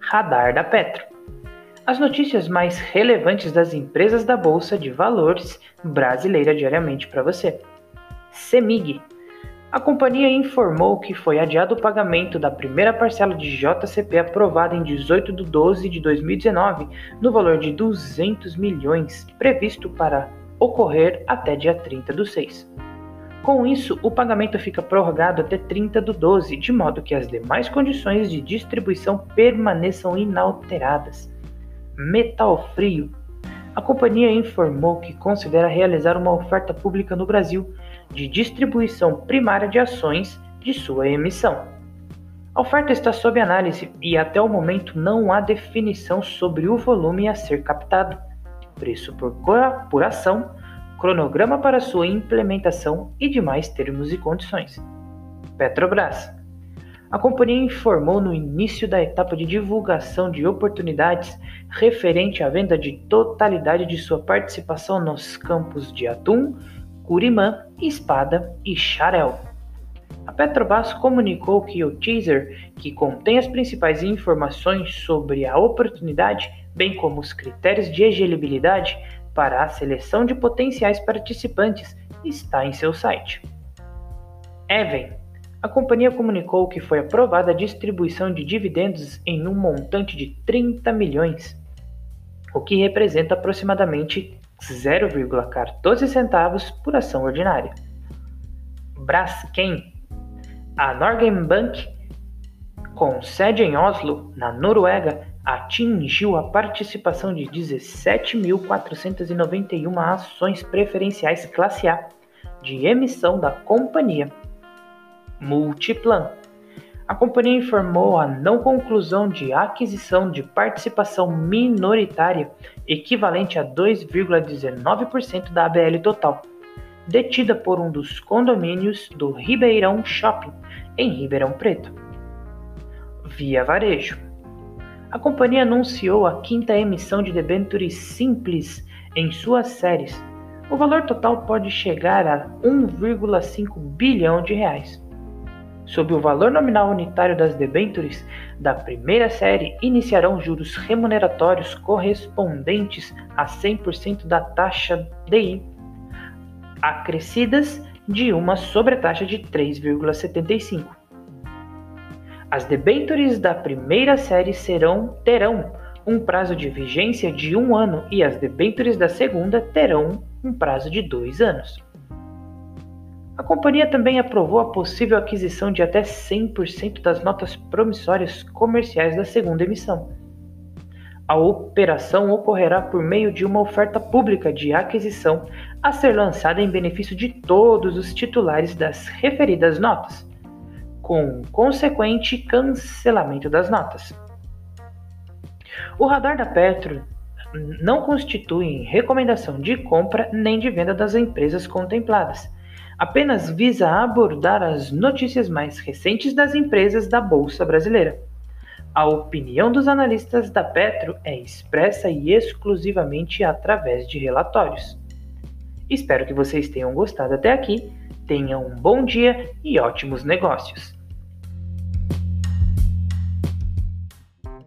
Radar da Petro. As notícias mais relevantes das empresas da Bolsa de Valores brasileira diariamente para você. CEMIG. A companhia informou que foi adiado o pagamento da primeira parcela de JCP aprovada em 18 de 12 de 2019, no valor de 200 milhões, previsto para ocorrer até dia 30 do 6. Com isso, o pagamento fica prorrogado até 30 do 12, de modo que as demais condições de distribuição permaneçam inalteradas. Metal Frio. A companhia informou que considera realizar uma oferta pública no Brasil de distribuição primária de ações de sua emissão. A oferta está sob análise e até o momento não há definição sobre o volume a ser captado, preço por ação, cronograma para sua implementação e demais termos e condições. Petrobras. A companhia informou no início da etapa de divulgação de oportunidades referente à venda de totalidade de sua participação nos campos de Atum, Curimã, Espada e Xarel. A Petrobras comunicou que o teaser, que contém as principais informações sobre a oportunidade, bem como os critérios de elegibilidade para a seleção de potenciais participantes, está em seu site. Even. A companhia comunicou que foi aprovada a distribuição de dividendos em um montante de 30 milhões, o que representa aproximadamente 0,14 centavos por ação ordinária. Braskem. A Norges Bank, com sede em Oslo, na Noruega, atingiu a participação de 17.491 ações preferenciais classe A de emissão da companhia. Multiplan. A companhia informou a não conclusão de aquisição de participação minoritária equivalente a 2,19% da ABL total, detida por um dos condomínios do Ribeirão Shopping, em Ribeirão Preto. Via Varejo. A companhia anunciou a quinta emissão de debêntures simples em suas séries. O valor total pode chegar a 1,5 bilhão de reais. Sob o valor nominal unitário das debêntures da primeira série, iniciarão juros remuneratórios correspondentes a 100% da taxa DI, acrescidas de uma sobretaxa de 3,75%. As debêntures da primeira série terão um prazo de vigência de 1 ano e as debêntures da segunda terão um prazo de 2 anos. A companhia também aprovou a possível aquisição de até 100% das notas promissórias comerciais da segunda emissão. A operação ocorrerá por meio de uma oferta pública de aquisição a ser lançada em benefício de todos os titulares das referidas notas, com consequente cancelamento das notas. O radar da Petro não constitui recomendação de compra nem de venda das empresas contempladas. Apenas visa abordar as notícias mais recentes das empresas da Bolsa Brasileira. A opinião dos analistas da Petro é expressa e exclusivamente através de relatórios. Espero que vocês tenham gostado até aqui, tenham um bom dia e ótimos negócios!